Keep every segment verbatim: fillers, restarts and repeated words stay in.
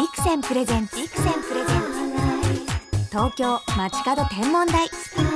ビクセンプレゼンツビクセンプレゼンツ東京街角天文台、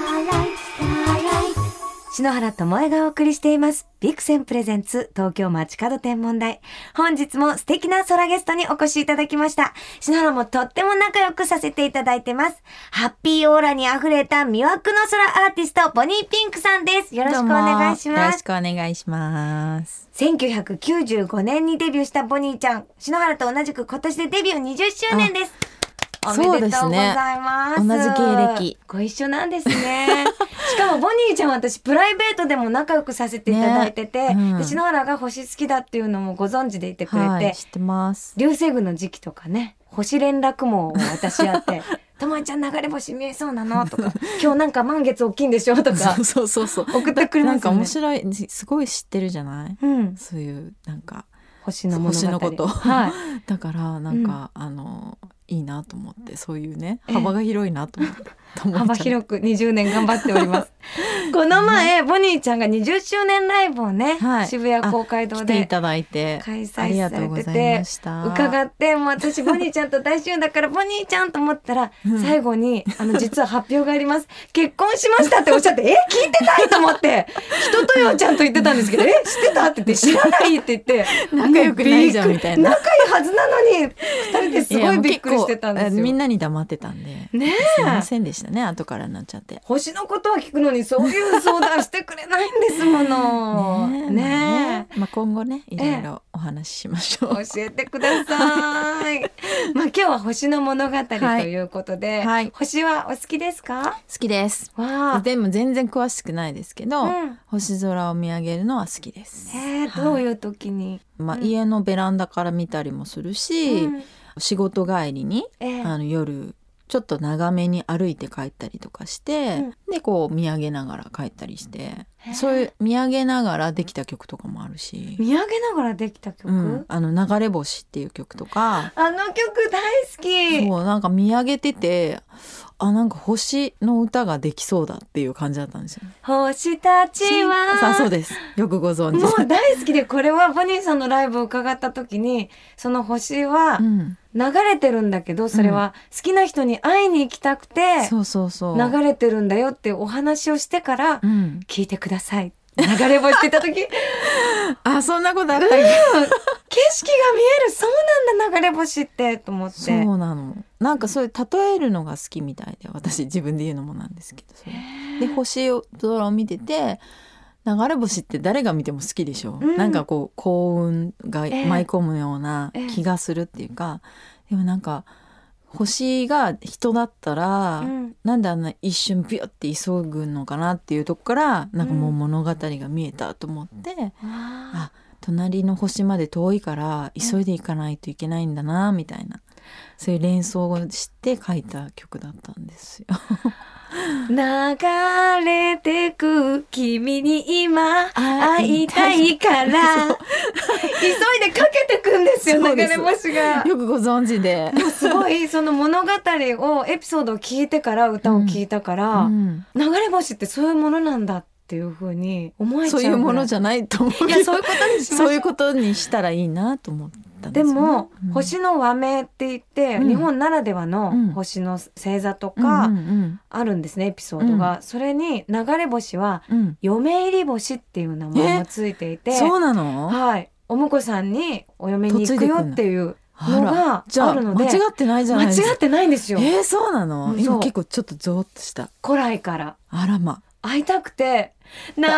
篠原智恵がお送りしていますビクセンプレゼンツ東京街角天文台。本日も素敵な空ゲストにお越しいただきました。篠原もとっても仲良くさせていただいてます。ハッピーオーラにあふれた魅惑の空アーティスト、ボニーピンクさんです。よろしくお願いします。 よろしくお願いします。 せんきゅうひゃくきゅうじゅうごねんにデビューしたボニーちゃん、篠原と同じく今年でデビューにじゅっしゅうねんです。おめでとうございます。 そうですね、同じ経歴ご一緒なんですね。しかもボニーちゃんは私プライベートでも仲良くさせていただいてて、ね、うん、で篠原が星好きだっていうのもご存知でいてくれて、 はい、知ってます。 流星群の時期とかね、星連絡網を私やってともえちゃん流れ星見えそうなのとか今日なんか満月大きいんでしょとかそうそうそうそう送ってくれますよね。 なんか面白い、すごい知ってるじゃない、 うん、 そういうなんか星の物語、 星のこと、 はい、 だからなんか、うん、あのいいなと思って、そういうね幅が広いなと思って幅広くにじゅうねん頑張っておりますこの前、ボニーちゃんがにじゅっしゅうねんライブをね、はい、渋谷公会堂で来ていただいて開催されてて伺って、もう私ボニーちゃんと大親友だからボニーちゃんと思ったら、うん、最後にあの実は発表があります結婚しましたっておっしゃってえ聞いてないと思って人とよちゃんと言ってたんですけどえ知ってたって言って知らないって言って仲良くないじゃんみたいな、 仲いいはずなのにふたりですごいびっくりしてたんですよ。 みんなに黙ってたんでねすいませんでしたね、後からなっちゃって。 星のことは聞くのにそういう相談してくれないんですものねえ、ねえ、 まあ、今後ねいろいろお話ししましょう。 教えてくださいまあ今日は星の物語ということで、はいはい、星はお好きですか？ 好きです。 わでも全然詳しくないですけど、 うん、 星空を見上げるのは好きです。 へー、どういう時に？ まあ、家のベランダから見たりもするし、うん、仕事帰りに、えー、あの夜ちょっと長めに歩いて帰ったりとかして、うん、でこう見上げながら帰ったりして、そういう見上げながらできた曲とかもあるし。 見上げながらできた曲、うん、 あの流れ星っていう曲とか、 あの曲大好き。 そうなんか見上げてて、あなんか星の歌ができそうだっていう感じだったんですよ。 星たちはさあそうです、よくご存知。 もう大好きで、これはボニーさんのライブを伺った時にその星は流れてるんだけど、うん、それは好きな人に会いに行きたくてそうそうそう流れてるんだよってお話をしてから聞いてください、うん、流れ星してた時あそんなことあったっけ、うん、 景色が見える、そうなんだ流れ星ってと思って。 そうなの、なんかそういう例えるのが好きみたいで、私自分で言うのもなんですけど、それで星空を見てて、流れ星って誰が見ても好きでしょ、うん、なんかこう幸運が舞い込むような気がするっていうか、えー、でもなんか星が人だったら、うん、なんであんな一瞬ビュって急ぐのかなっていうとこからなんかもう物語が見えたと思って、うん、あ隣の星まで遠いから急いでいかないといけないんだなみたいな、そういう連想をして書いた曲だったんですよ流れてく君に今会いたいから急いでかけてくんですよ、流れ星が。 よくご存知で。 もうすごいその物語をエピソードを聞いてから歌を聞いたから、うんうん、流れ星ってそういうものなんだっていう風に思えちゃう。 そういうものじゃないと思う。 いやそういうことにしましょう。 そういうことにしたらいいなと思って。 でも、うん、星の和名って言って、うん、日本ならではの星の星座とかあるんですね、エピソードが、うん、それに流れ星は、うん、嫁入り星っていう名前もついていて、 そうなの？ はい、お婿さんにお嫁に行くよっていうのがあるので、 間違ってないじゃないですか。 間違ってないんですよ。 えー、そうなの？うん、今結構ちょっとゾーッとした。 古来からあらま会いたくて流れ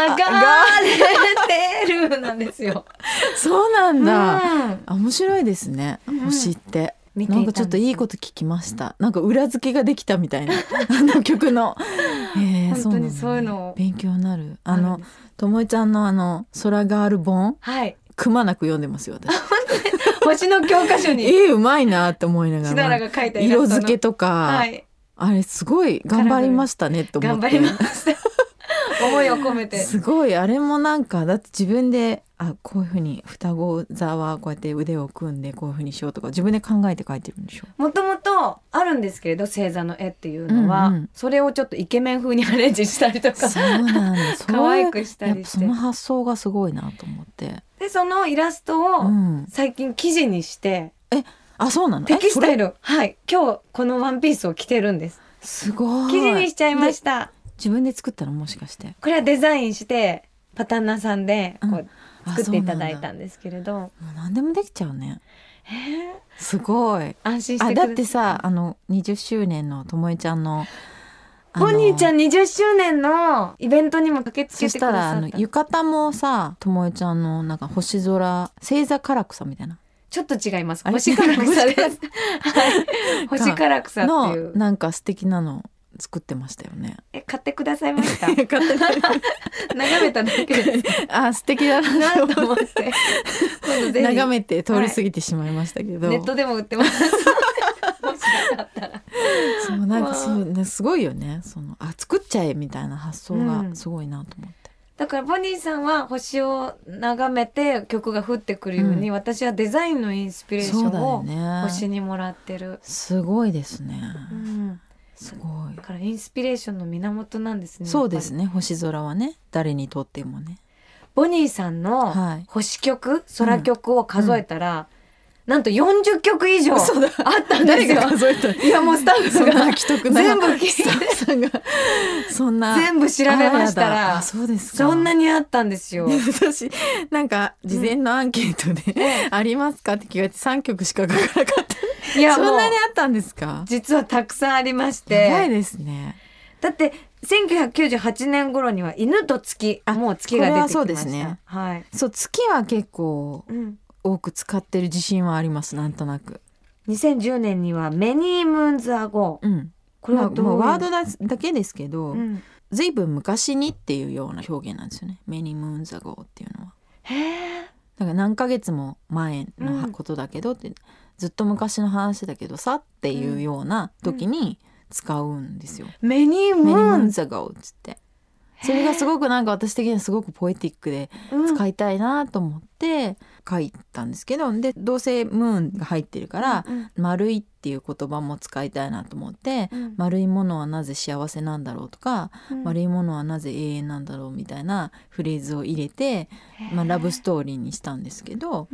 てるなんですよ。 そうなんだ、うん、面白いですね、うん、星ってなんかちょっといいこと聞きました。なんか裏付けができたみたいなあの曲の、えー、 本当にそういうのを勉強になる。あのともえちゃんのあの空ガール本、 はい、 くまなく読んでますよ私星の教科書にえー、うまいなって思いながら、 しならが書いた色付けとか、はい、あれすごい頑張りましたねと思って。 頑張りました思いを込めてすごい。あれもなんかだって自分であこういうふうに双子座はこうやって腕を組んでこういうふうにしようとか自分で考えて描いてるんでしょ。 もともとあるんですけれど星座の絵っていうのは、うんうん、それをちょっとイケメン風にアレンジしたりとかそうなんだ可愛くしたりして、 やっぱその発想がすごいなと思って、 でそのイラストを最近記事にして、 うん、えあ、そうなの。 テキスタイル。 ル、はい今日このワンピースを着てるんです。 すごい。 生地にしちゃいました。 自分で作ったの、もしかして。 これはデザインしてパタンナさんでこう、 うん作っていただいたんですけれど、 もう何でもできちゃうね。 えー、 すごい。 安心してください。 あだってさ、あのにじゅっしゅうねんのともえちゃんのボニーちゃんにじゅっしゅうねんのイベントにも駆けつけそしてたらくださった。 あの浴衣もさ、ともえちゃんのなんか星空星座唐草みたいなちょっと違います。 あれ星唐草です。はい。星唐草ってのいう。 なんか素敵なの作ってましたよね。 え、買ってくださいました。 買ってない眺めただけです。 あ、素敵だななと思って。今度ぜひ眺めて通り過ぎてしまいましたけど、 ネットでも売ってます。もしよかったら。 そうなんかそう、ね、すごいよね。そのあ作っちゃえみたいな発想がすごいなと思って、 だからボニーさんは星を眺めて曲が降ってくるように、うん、私はデザインのインスピレーションを星にもらってる。 すごいですね、 うん、 すごい。 だからインスピレーションの源なんですね。 そうですね。星空はね、誰にとってもね。 ボニーさんの星曲、はい、空曲を数えたら、うんうん、なんとよんじゅっきょく以上あったんですよ。誰が数えた？いやもうスタッフが全部聞いてそんな全部調べましたら、 あ、そうですか。 そんなにあったんですよ。 私なんか事前のアンケートで、うん、ありますかって聞かれてさんきょくしか書かなかった。いやそんなにあったんですか？ 実はたくさんありまして。 やばいですね。 だってせんきゅうひゃくきゅうじゅうはちねん頃には犬と月、もう月が出てきました。 そうですね。はい。そう、月は結構、うん多く使ってる自信はあります。なんとなくにせんじゅうねんにはメニームーンズアゴー、うん、これはどういう、 まあ、ワード だ, だけですけど、うん、ずいぶん昔にっていうような表現なんですよね。メニームーンズアゴーっていうのは。 へー、 だから何ヶ月も前のことだけどって、うん、ずっと昔の話だけどさっていうような時に使うんですよ、 うん、メニームーンズアゴーっつって。それがすごくなんか私的にはすごくポエティックで使いたいなと思って書いたんですけど、うん、でどうせムーンが入ってるから、うんうん、丸いっていう言葉も使いたいなと思って、うん、丸いものはなぜ幸せなんだろうとか、うん、丸いものはなぜ永遠なんだろうみたいなフレーズを入れて、まあ、ラブストーリーにしたんですけど、うん、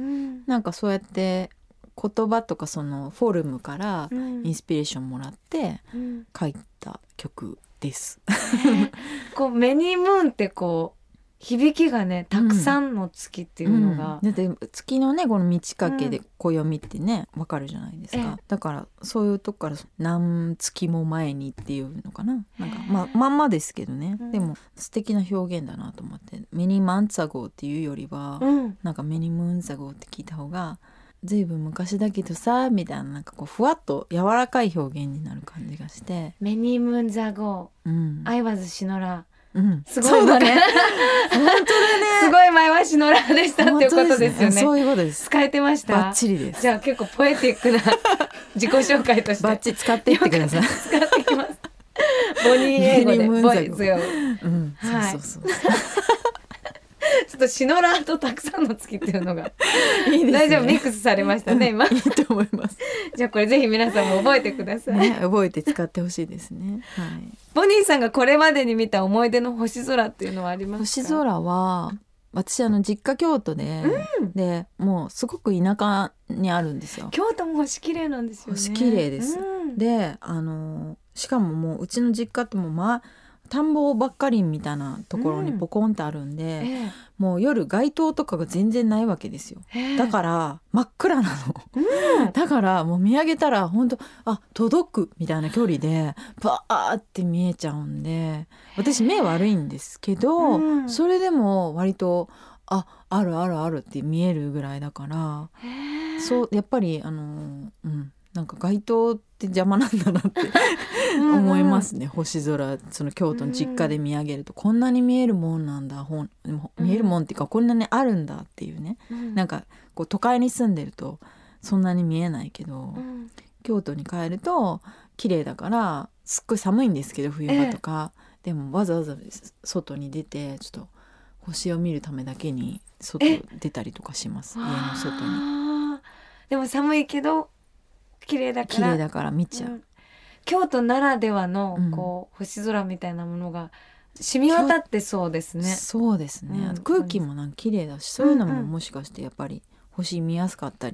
なんかそうやって言葉とかそのフォルムからインスピレーションもらって書いた曲です。 こうメニームーンってこう響きがね、たくさんの月っていうのが、 うんうん、だって月のねこの満ち欠けで暦ってねわかるじゃないですか。だからそういうとこから何月も前にっていうのかな、なんかまあまんまですけどね、うん、でも素敵な表現だなと思って、メニーマンツアゴーっていうよりは、うん、なんかメニームーンザゴーって聞いた方がずいぶん昔だけどさみたいな、なんかこうふわっと柔らかい表現になる感じがして、 メニームーンザゴー、うん、アイワズシノラ、うん、すごいそうだね本当だね、 すごい前はシノラでしたっていうことですよね。 そういうことです。 使えてました。 バッチリです。 じゃあ結構ポエティックな自己紹介としてバッチリ使っていってください。 使っていきます。ボニー英語でボイズよ、 うん、はい、そうそうそうちょっとシノラーとたくさんの月っていうのがいいですね。大丈夫、ミックスされましたね今。 いいと思います。 じゃあこれぜひ皆さんも覚えてください、 ね、覚えて使ってほしいですね、はい、 ボニーさんがこれまでに見た思い出の星空っていうのはありますか？ 星空は私あの実家京都で、うん、でもうすごく田舎にあるんですよ。 京都も星綺麗なんですよね。 星綺麗です、うん、であのしかももううちの実家ってもうまあ田んぼばっかりみたいなところにポコンってあるんで、うんええ、もう夜街灯とかが全然ないわけですよ、え、だから真っ暗なの、うん、だからもう見上げたら本当あ届くみたいな距離でバーって見えちゃうんで、私目悪いんですけど、うん、それでも割とああるあるあるって見えるぐらいだから、そうやっぱりあのうんなんか街灯って邪魔なんだなって思いますね。星空、その京都の実家で見上げると、うん、こんなに見えるもんなんだ、ほん見えるもんっていうか、こんなにあるんだっていうね、うん、なんかこう都会に住んでるとそんなに見えないけど、うん、京都に帰ると綺麗だからすっごい寒いんですけど冬場とか、えー、でもわざわざ外に出てちょっと星を見るためだけに外出たりとかします。家の外に。 でも寒いけど綺麗だから綺麗だから見ちゃう、うん、 京都ならではのこう、うん、星空みたいなものが染み渡ってそうですね。 そうですね、うん、空気もなんか綺麗だし、そういうのももしかしてやっぱり星見やすかったり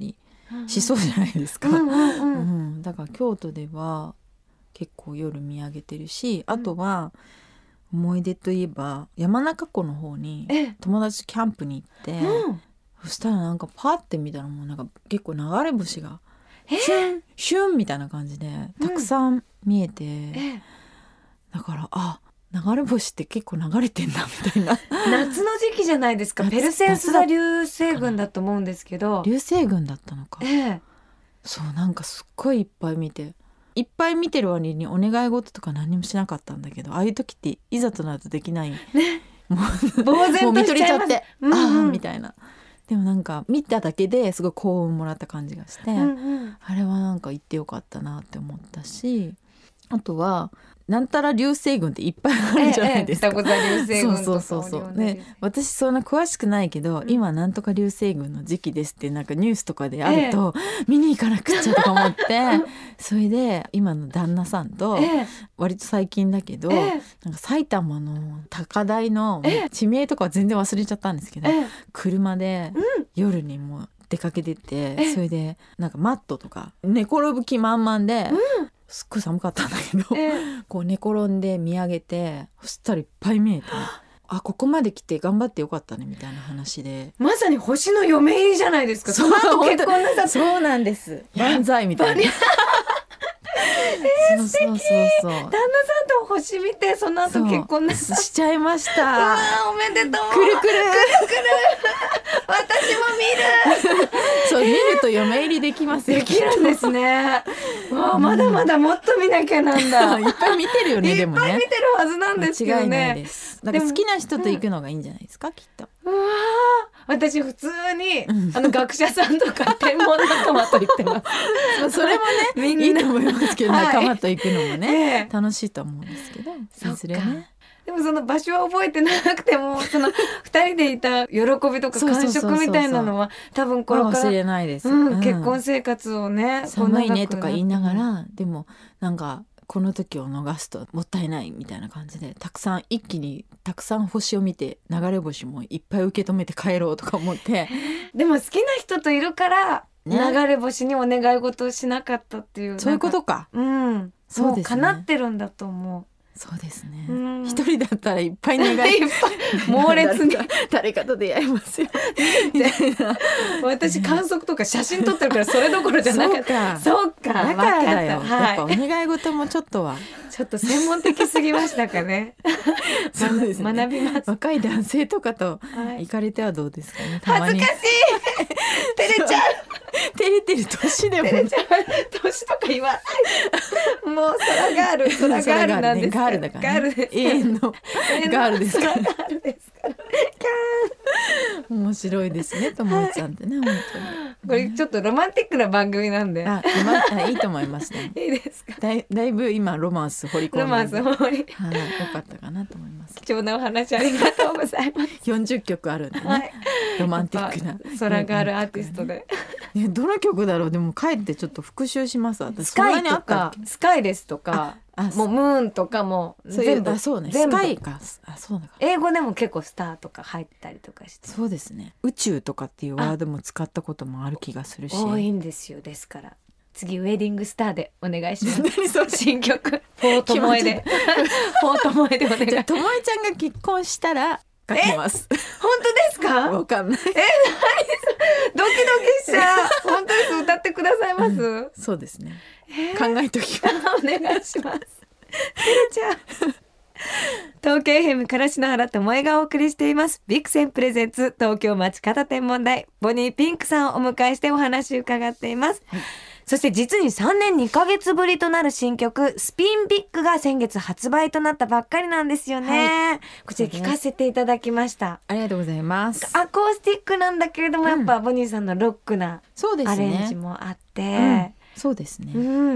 しそうじゃないですか、 うんうんうんうん、だから京都では結構夜見上げてるし、あとは思い出といえば山中湖の方に友達キャンプに行って、 うん、 そしたらなんかパッて見たらもうなんか結構流れ星がシュンシュンみたいな感じでたくさん見えて、 えだからあ流れ星って結構流れてんだみたいな夏の時期じゃないですか。 夏ペルセウス座流星群だと思うんですけど、 流星群だったのか、 ええ、 そうなんかすっごいいっぱい見ていっぱい見てる割にお願い事とか何もしなかったんだけど、ああいう時っていざとなるとできない、ね、もう呆然としちゃいます。 もう見とれちゃって、 うんうん、 ああみたいな。でもなんか見ただけですごい幸運もらった感じがして、 うんうん、 あれはなんか行ってよかったなって思ったし、あとはなんたら流星群っていっぱいあるじゃないですか、 ええ、双子座流星群とかそうそうそうそうね、私そんな詳しくないけど、うん、今なんとか流星群の時期ですってなんかニュースとかであると、ええ、見に行かなくっちゃとか思ってそれで今の旦那さんと、ええ、割と最近だけど、ええ、なんか埼玉の高台の地名とかは全然忘れちゃったんですけど、ええ、車で夜にも出かけてて、ええ、それでなんかマットとか寝転ぶ気満々で、うん、すっごい寒かったんだけど、えー、こう寝転んで見上げて、そしたらいっぱい見えてあここまで来て頑張ってよかったねみたいな話で、 まさに星の嫁入りじゃないですか。その後結婚なさって。 そうなんです、万歳みたいなえー、素敵。そうそうそう、旦那さんと星見てその後結婚なさしちゃいました。 うわおめでとう。 くるくるくるくる私も見るそう見ると嫁入りできますよ。 できるんですね。わあまだまだもっと見なきゃなんだいっぱい見てるよね。でもねいっぱい見てるはずなんですけどね。 間違いないです。だから好きな人と行くのがいいんじゃないですか、うん、きっと。 うわ私普通に、うん、あの学者さんとか天文仲間と行ってますそれもねいいと思いますけど、はい、仲間と行くのもね、えー、楽しいと思うんですけど、いずれね。 でもその場所は覚えてなくてもそのふたりでいた喜びとか感触みたいなのは多分これから忘れないです、 うん、結婚生活をね寒いねとか言いながら、でもなんかこの時を逃すともったいないみたいな感じで、たくさん一気にたくさん星を見て流れ星もいっぱい受け止めて帰ろうとか思ってでも好きな人といるから、ね、流れ星にお願い事をしなかったっていう、 そういうことか。 うん、そうですね、もう叶ってるんだと思う。 そうですね、うん、一人だったらいっぱい願い猛烈に誰かと出会いますよ私観測とか写真撮ってるからそれどころじゃなかったそうかだからだよ、はい、やっぱお願い事もちょっとはちょっと専門的すぎましたかねそうですね、 学びます。 若い男性とかと行かれてはどうですかね、たまに恥ずかしい照れちゃう照れてる年でも、ね、 照れちゃう年とか言わないもう空がある空があるなんですからガールだから、ね、永遠のガールですからガールですから面白いですねともえちゃんってね、はい、本当にこれちょっとロマンティックな番組なんで、 ああいいと思いますねいいですか。 だい、だいぶ今ロマンス掘り込んで、 ロマンス掘り、 はい、よかったかなと思います。 貴重なお話ありがとうございますよんじゅっきょくあるんでね、はい、ロマンティックな空があるアーティストで、 ね、どの曲だろう。でも帰ってちょっと復習します。私スカイとかスカイですとか、ああもうムーンとかも全部、 あそうね、スカイか、あそうだか、 英語でも結構スターとか入ったりとかして、 そうですね、宇宙とかっていうワードも使ったこともある気がするし、 多いんですよ。ですから次ウェディングスターでお願いします何それ新曲フォートモエでフォートモエでお願い。じゃあともえちゃんが結婚したら書きます。 本当ですか。 わかんない。え、 何ドキドキした。本当です。歌ってくださいます。うん、 そうですね、 えー、 考えときますお願いします。じゃあ東京 エフエム からしの原ともえがお送りしていますビクセンプレゼンツ東京街角天文台、ボニーピンクさんをお迎えしてお話を伺っています、はい、そして実にさんねんにかげつぶりとなる新曲スピンビッグが先月発売となったばっかりなんですよね、はい、こちら聞かせていただきました。 ありがとうございます。 アコースティックなんだけれども、うん、やっぱボニーさんのロックなアレンジもあって、 うん、そうですね、うん、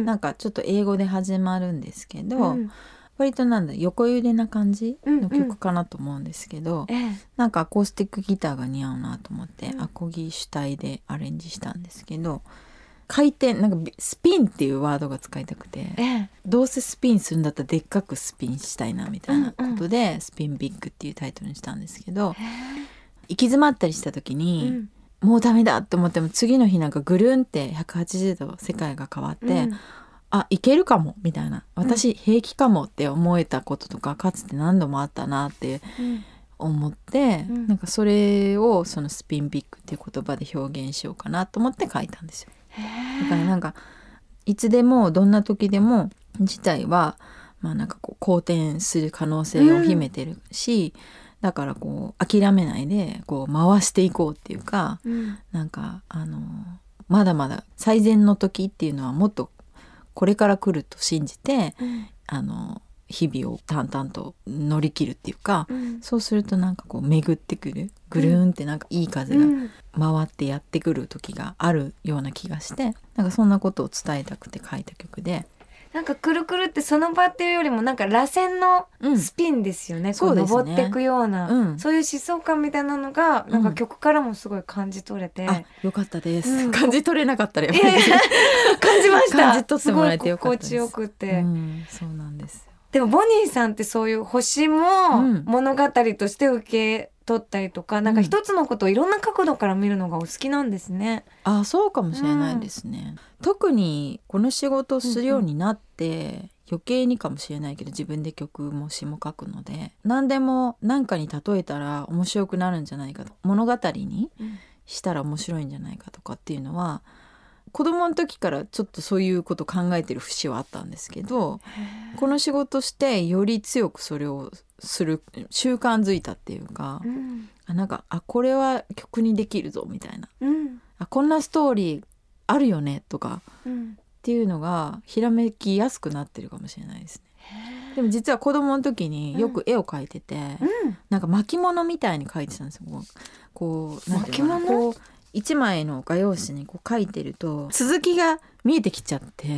なんかちょっと英語で始まるんですけど、うん、割となんだ横揺れな感じの曲かなと思うんですけど、うんうん、なんかアコースティックギターが似合うなと思って、うん、アコギ主体でアレンジしたんですけど、回転なんかスピンっていうワードが使いたくて、えどうせスピンするんだったらでっかくスピンしたいなみたいなことで、うんうん、スピンビッグっていうタイトルにしたんですけど、行き詰まったりした時に、 もうダメだって思っても次の日なんかぐるんってひゃくはちじゅうど世界が変わって、うん、あいけるかもみたいな、私平気かもって思えたこととかかつて何度もあったなって思って、うん、なんかそれをそのスピンピックっていう言葉で表現しようかなと思って書いたんですよ。だからなんかいつでもどんな時でも自体はまあなんかこう好転する可能性を秘めてるし、うん、だからこう諦めないでこう回していこうっていうか、うん、なんかあのまだまだ最善の時っていうのはもっとこれから来ると信じて、うん、あの日々を淡々と乗り切るっていうか、うん、そうするとなんかこう巡ってくるぐるーんってなんかいい風が回ってやってくる時があるような気がして、なんかそんなことを伝えたくて書いた曲で、 なんかくるくるってその場っていうよりもなんか螺旋のスピンですよね、うん、こう登っていくような、そうですね、そういう疾走感みたいなのがなんか曲からもすごい感じ取れて、うん、 あよかったです、うん、感じ取れなかったらやっぱり感じました感じ取ってもらえてよかったです。 すごい心地よくて、 うん、そうなんですよ。 でもボニーさんってそういう星も物語として受け取ったりとか、うん、なんか一つのことをいろんな角度から見るのがお好きなんですね。 あ、そうかもしれないですね、うん、特にこの仕事をするようになって、うんうん、余計にかもしれないけど自分で曲も詩も書くので、何でも何かに例えたら面白くなるんじゃないかと、物語にしたら面白いんじゃないかとかっていうのは子供の時からちょっとそういうこと考えてる節はあったんですけど、この仕事してより強くそれをする習慣づいたっていうか、うん、あなんかあこれは曲にできるぞみたいな、うん、あこんなストーリーあるよねとか、うん、っていうのがひらめきやすくなってるかもしれないですね。でも実は子供の時によく絵を描いてて、うん、なんか巻物みたいに描いてたんですよ。こうなんていうのかな、こう一枚の画用紙にこう描いてると続きが見えてきちゃって、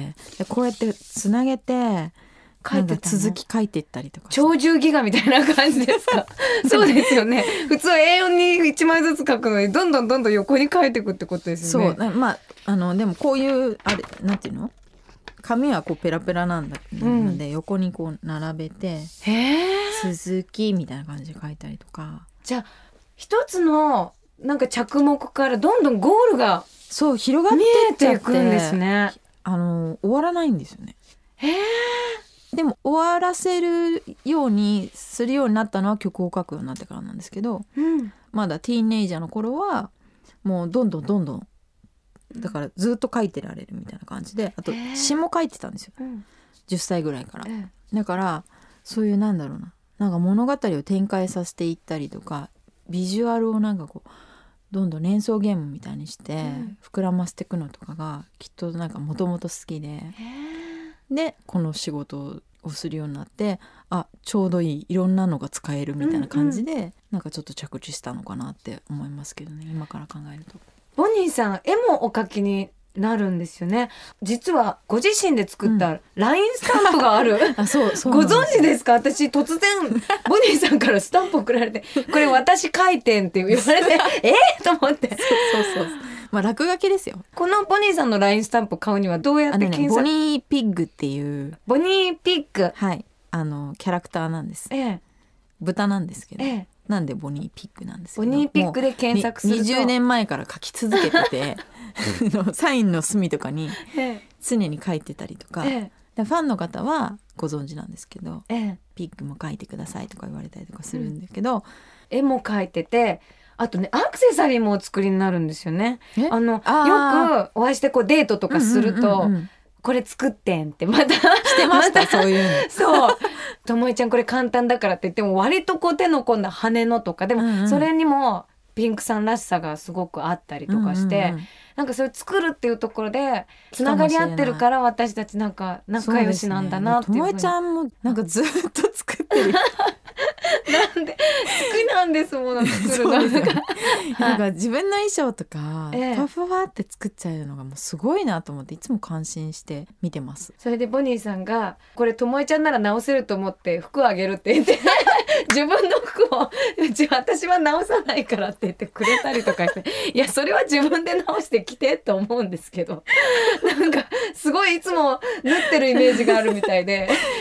こうやってつなげて書いて続き書いていったりとか、 鳥獣戯画みたいな感じですかそうですよね。普通は エーよん にいちまいずつ書くのにどんどんどんどん横に書いていくってことですよね。 そう、まあ、あのでもこういうあれなんていうの、紙はこうペラペラなんだので、うん、横にこう並べて続きみたいな感じで書いたりとか。 じゃあ一つのなんか着目からどんどんゴールがそう広がってっちゃって見えていくんですね。 あの終わらないんですよね。へー。でも終わらせるようにするようになったのは曲を書くようになってからなんですけど、うん、まだティーンエイジャーの頃はもうどんどんどんどんだからずっと書いてられるみたいな感じで、あと詩も書いてたんですよ、うん、じゅっさいぐらいから、うん、だからそういうなんだろうな、なんか物語を展開させていったりとか、ビジュアルをなんかこうどんどん連想ゲームみたいにして膨らませていくのとかがきっとなんかもともと好きで、でこの仕事をするようになって、あちょうどいいいろんなのが使えるみたいな感じで、うんうん、なんかちょっと着地したのかなって思いますけどね、今から考えると。 ボニーさん絵もお描きになるんですよね。実はご自身で作ったラインスタンプがある、うん、あそうそうご存知ですか？私突然ボニーさんからスタンプ送られてこれ私書いてんって言われてえー、と思ってそうそうそう、 まあ落書きですよ。 このボニーさんのラインスタンプ買うにはどうやって検索、 ね、ボニーピッグっていうボニーピッグ、 はい、あのキャラクターなんです、ええ、豚なんですけど、ええ、なんでボニーピッグなんですけど、 ボニーピッグで検索するとにじゅうねんまえから書き続けててサインの隅とかに常に書いてたりとか、ええ、ファンの方はご存知なんですけど、ええ、ピッグも書いてくださいとか言われたりとかするんだけど、うん、 絵も描いてて、あとねアクセサリーもお作りになるんですよね。あのよくお会いしてこうデートとかすると、うんうんうんうん、これ作ってんってまたしてました、ま、そういうのそうともえちゃんこれ簡単だからって言っても割とこう手の込んだ羽のとかでも、うんうん、それにもピンクさんらしさがすごくあったりとかして、うんうんうん、なんかそれ作るっていうところでつながり合ってるから私たちなんか仲良しなんだなっていうふうに。 ともえちゃんもなんかずっと作ってるなんで好きなんですもの作るのなんか自分の衣装とか、ええ、パフパフって作っちゃうのがもうすごいなと思っていつも感心して見てます。 それでボニーさんがこれともえちゃんなら直せると思って服あげるって言って自分の服をうち私は直さないからって言ってくれたりとかしていやそれは自分で直してきてと思うんですけどなんかすごいいつも縫ってるイメージがあるみたいで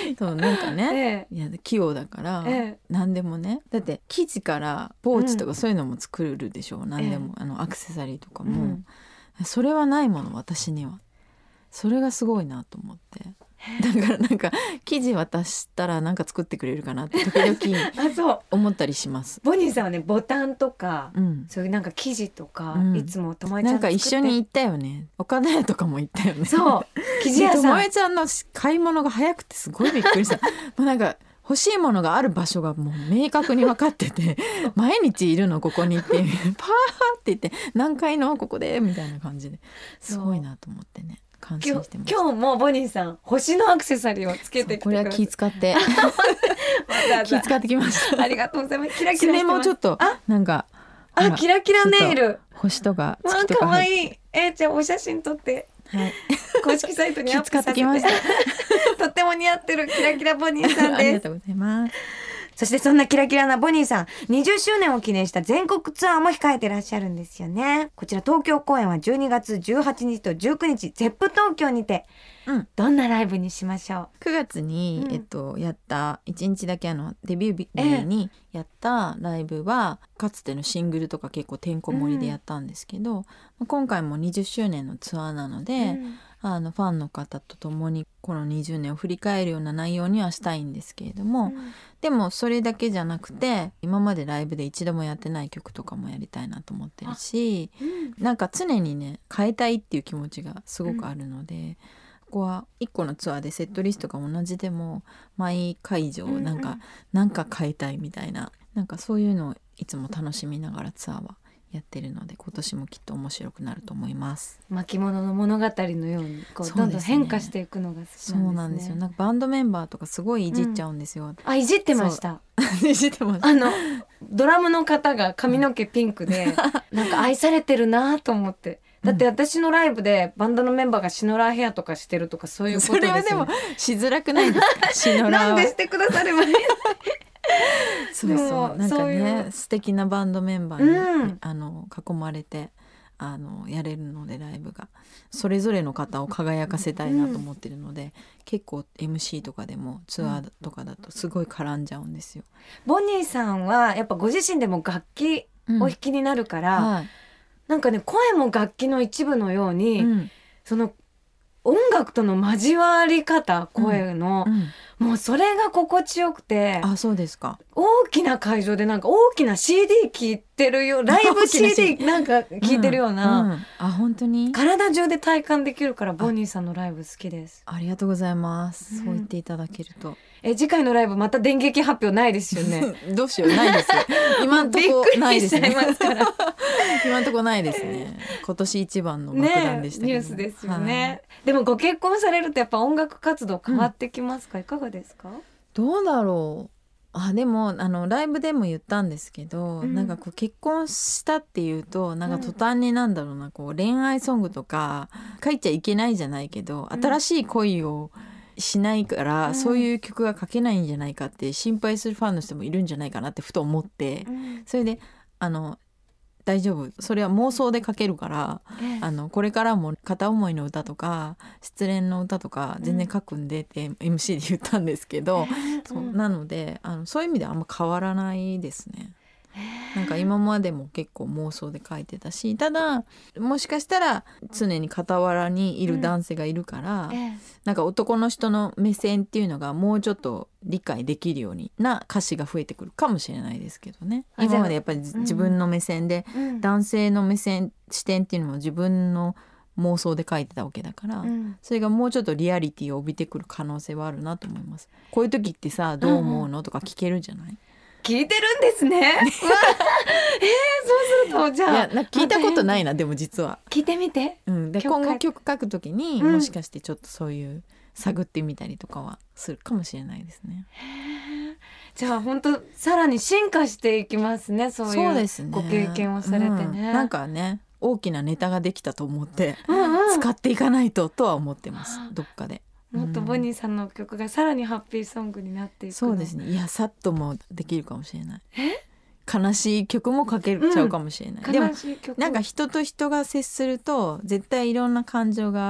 そうなんかね、 ええいや器用だから、 ええ何でもね、だって生地からポーチとかそういうのも作るでしょ、うん、何でも、あのアクセサリーとかも、うん、それはないもの私には。それがすごいなと思って、だからなんか生地渡したらなんか作ってくれるかなって時々 あそう思ったりします。 ボニーさんはねボタンとか、うん、そういうなんか生地とか、うん、いつもともえちゃんなんか一緒に行ったよね。岡田屋とかも行ったよね。 そう生地屋さん、 ともえちゃんの買い物が早くてすごいびっくりした。もうなんか欲しいものがある場所がもう明確に分かってて毎日いるのここに行ってパーって言って何階のここでみたいな感じですごいなと思ってね、感心してました。 今日もボニーさん星のアクセサリーをつけてきてこれは気使って気使ってきました。 ありがとうございます。キラキラしてます。 爪もちょっとなんかあキラキラネイル星とか月とかかわいい。えー、じゃあお写真撮って、はい、公式サイトにアップさせて気使ってきましたとっても似合ってるキラキラボニーさんです。 ありがとうございます。 そしてそんなキラキラなボニーさん、にじゅっしゅうねんを記念した全国ツアーも控えてらっしゃるんですよね。こちら東京公演はじゅうにがつじゅうはちにちとじゅうくにちゼップ東京にて、うん、どんなライブにしましょう。 くがつに、うん、えっと、やったいちにちだけあのデビュー日にやったライブは、えー、かつてのシングルとか結構てんこ盛りでやったんですけど、うん、今回もにじゅっしゅうねんのツアーなので、うんあのファンの方と共にこのにじゅうねんを振り返るような内容にはしたいんですけれども、うん、でもそれだけじゃなくて今までライブで一度もやってない曲とかもやりたいなと思ってるし、うん、なんか常にね変えたいっていう気持ちがすごくあるので、うん、ここはいっこのツアーでセットリストが同じでも毎会場なんか、うん、なんか変えたいみたいな、なんかそういうのをいつも楽しみながらツアーはやってるので、今年もきっと面白くなると思います。 巻物の物語のようにこうどんどん変化していくのが好きなんですね。 そうなんですよ。なんかバンドメンバーとかすごいいじっちゃうんですよ、うん、 あいじってましたいじってましたあのドラムの方が髪の毛ピンクでなんか愛されてるなと思ってだって私のライブでバンドのメンバーがシノラーヘアとかしてるとかそういうことですよね。 それはでもしづらくないですかシノラーは。 なんでしてくださればいいそうそうなんかね素敵なバンドメンバーに、うん、あの囲まれてあのやれるのでライブがそれぞれの方を輝かせたいなと思ってるので、うん、結構 エムシー とかでもツアーとかだとすごい絡んじゃうんですよ。 ボニーさんはやっぱご自身でも楽器お弾きになるから、うんはい、なんかね声も楽器の一部のように、うん、その音楽との交わり方声の、うんうんもうそれが心地よくて。 あ、そうですか。 大きな会場でなんか大きな シーディー 聴いてるよライブ シーディー なんか聴いてるような、 うんうん、あ本当に体中で体感できるからボニーさんのライブ好きです。 あ, ありがとうございます、うん、そう言っていただけると。 え次回のライブまた電撃発表ないですよねどうしようないですよ今んとこないですね今んとこないですね。今年一番の爆弾でしたけど、ね、 ニュースですよね、はい、でもご結婚されるとやっぱ音楽活動変わってきますか、うん、いかがですか。 どうだろう。あでもあのライブでも言ったんですけど、うん、なんかこう結婚したっていうとなんか途端になんだろうな、こう恋愛ソングとか書いちゃいけないじゃないけど、うん、新しい恋をしないから、うん、そういう曲が書けないんじゃないかって心配するファンの人もいるんじゃないかなってふと思って、うん、それであの大丈夫それは妄想で書けるから、ええ、あのこれからも片思いの歌とか失恋の歌とか全然書くんでって エムシー で言ったんですけど、えー、そうなのであのそういう意味ではあんま変わらないですね。なんか今までも結構妄想で書いてたし、ただもしかしたら常に傍らにいる男性がいるから、うんええ、なんか男の人の目線っていうのがもうちょっと理解できるような歌詞が増えてくるかもしれないですけどね。今までやっぱり、うん、自分の目線で、うん、男性の目線視点っていうのも自分の妄想で書いてたわけだから、うん、それがもうちょっとリアリティを帯びてくる可能性はあるなと思います。こういう時ってさどう思うの、うん、とか聞けるじゃない。 聞いてるんですね。えー、そうするとじゃあいやなんか聞いたことないなでも実は聞いてみて、 うん、で今後曲書くときに、うん、もしかしてちょっとそういう探ってみたりとかはするかもしれないですね。 へーじゃあ本当さらに進化していきますね。そういうご経験をされてね、うん、 なんかね大きなネタができたと思って、うんうん、使っていかないととは思ってますどっかで。 もっとボニーさんの曲がさらにハッピーソングになっていくの。 そうですね。いやさっともできるかもしれない。え悲しい曲も書けちゃうかもしれない、うん、でもなんか人と人が接すると絶対いろんな感情が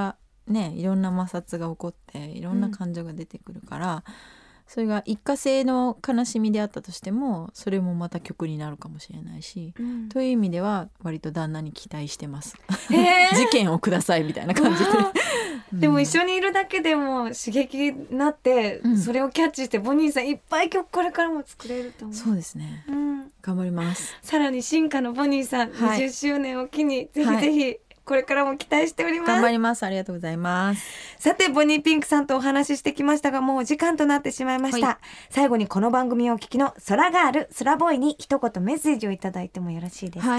ねいろんな摩擦が起こっていろんな感情が出てくるから、うん、それが一過性の悲しみであったとしてもそれもまた曲になるかもしれないし、うん、という意味では割と旦那に期待してます事件をくださいみたいな感じででも一緒にいるだけでも刺激になって、うん、それをキャッチしてボニーさんいっぱい曲これからも作れると思う。 そうですね、うん、頑張ります。 さらに進化のボニーさん、はい、にじゅっしゅうねんを機にぜひぜひ、はい、これからも期待しております。 頑張ります。ありがとうございます。 さてボニーピンクさんとお話ししてきましたがもうお時間となってしまいました、はい、最後にこの番組をお聞きの空ガール空ボーイに一言メッセージをいただいてもよろしいですか？ はい、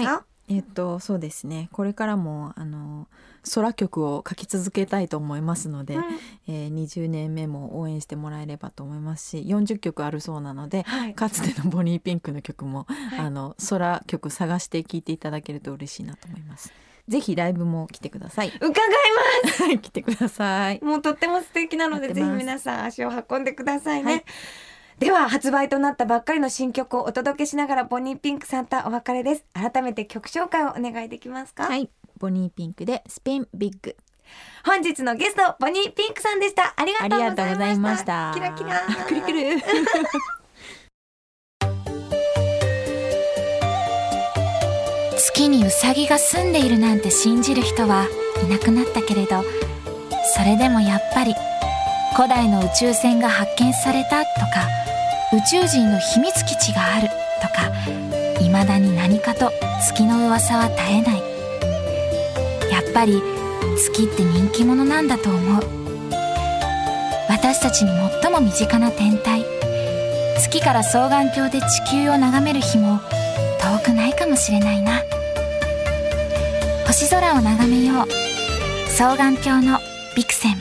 えっとそうですね、これからもあの空曲を書き続けたいと思いますので、うんえー、にじゅうねんめも応援してもらえればと思いますしよんじゅっきょくあるそうなので、はい、かつてのボニーピンクの曲も、はい、あの空曲探して聴いていただけると嬉しいなと思います。ぜひライブも来てください。 伺います来てください。 もうとっても素敵なのでぜひ皆さん足を運んでくださいね、はい、では発売となったばっかりの新曲をお届けしながらボニーピンクさんとお別れです。改めて曲紹介をお願いできますか？ はい、ボニーピンクでスピンビッグ。 本日のゲストボニーピンクさんでした。ありがとうございました。 ありがとうございました。 キラキラくるくる月にウサギが住んでいるなんて信じる人はいなくなったけれど、それでもやっぱり古代の宇宙船が発見されたとか宇宙人の秘密基地があるとか未だに何かと月の噂は絶えない。やっぱり月って人気者なんだと思う。私たちに最も身近な天体月から双眼鏡で地球を眺める日も遠くないかもしれないな。星空を眺めよう。双眼鏡のビクセン。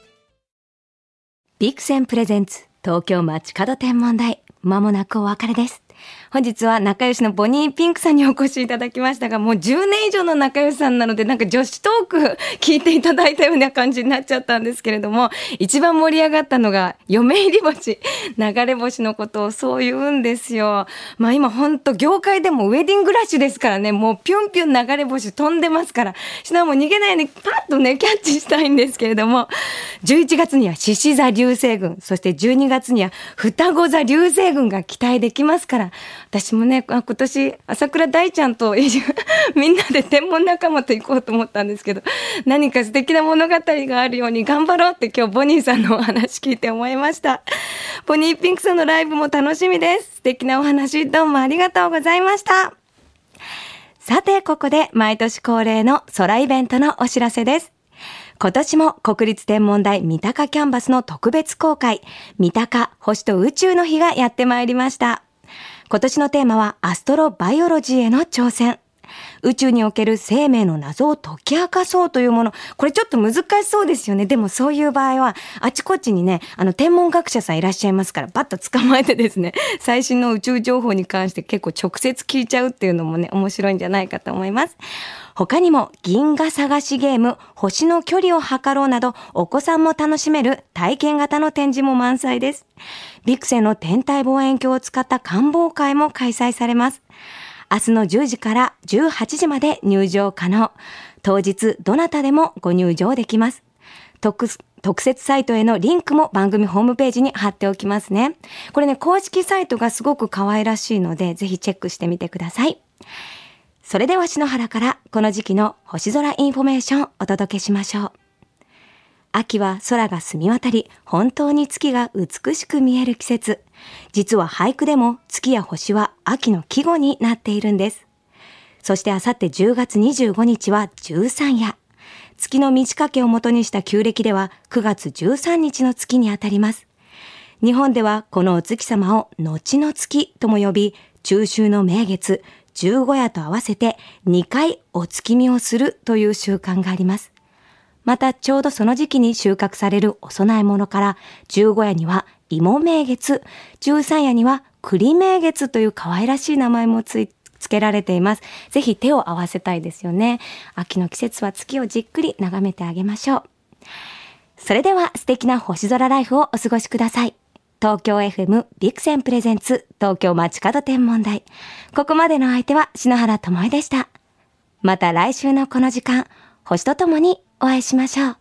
ビクセンプレゼンツ東京街角天文台、まもなくお別れです。本日は仲良しのボニーピンクさんにお越しいただきましたが、もうじゅうねん以上の仲良しさんなのでなんか女子トーク聞いていただいたような感じになっちゃったんですけれども、一番盛り上がったのが嫁入り星、流れ星のことをそう言うんですよ。まあ今本当業界でもウェディングラッシュですからね、もうピュンピュン流れ星飛んでますから、しなも逃げないようにパッとねキャッチしたいんですけれども、じゅういちがつには獅子座流星群、そしてじゅうにがつには双子座流星群が期待できますから、私もね今年朝倉大ちゃんとみんなで天文仲間と行こうと思ったんですけど、何か素敵な物語があるように頑張ろうって今日ボニーさんのお話聞いて思いました。ボニーピンクさんのライブも楽しみです。素敵なお話どうもありがとうございました。さてここで毎年恒例の空イベントのお知らせです。今年も国立天文台三鷹キャンバスの特別公開、三鷹星と宇宙の日がやってまいりました。今年のテーマはアストロバイオロジーへの挑戦。宇宙における生命の謎を解き明かそうというもの。これちょっと難しそうですよね。でもそういう場合はあちこちにね、あの天文学者さんいらっしゃいますから、バッと捕まえてですね、最新の宇宙情報に関して結構直接聞いちゃうっていうのもね、面白いんじゃないかと思います。他にも銀河探しゲーム、星の距離を測ろうなど、お子さんも楽しめる体験型の展示も満載です。ビクセンの天体望遠鏡を使った観望会も開催されます。明日のじゅうじからじゅうはちじまで入場可能。当日どなたでもご入場できます。特特設サイトへのリンクも番組ホームページに貼っておきますね。これね、公式サイトがすごく可愛らしいので、ぜひチェックしてみてください。それでは篠原からこの時期の星空インフォメーションをお届けしましょう。秋は空が澄み渡り、本当に月が美しく見える季節。実は俳句でも月や星は秋の季語になっているんです。そしてあさってじゅうがつにじゅうごにちは十三夜。月の満ち欠けをもとにした旧暦ではくがつじゅうさんにちの月にあたります。日本ではこのお月様を後の月とも呼び、中秋の名月、十五夜と合わせてにかいお月見をするという習慣があります。またちょうどその時期に収穫されるお供え物から、十五夜には芋名月、十三夜には栗名月という可愛らしい名前もついつけられています。ぜひ手を合わせたいですよね。秋の季節は月をじっくり眺めてあげましょう。それでは素敵な星空ライフをお過ごしください。東京 エフエム ビクセンプレゼンツ東京街角天文台。ここまでの相手は篠原ともえでした。また来週のこの時間、星とともにお会いしましょう。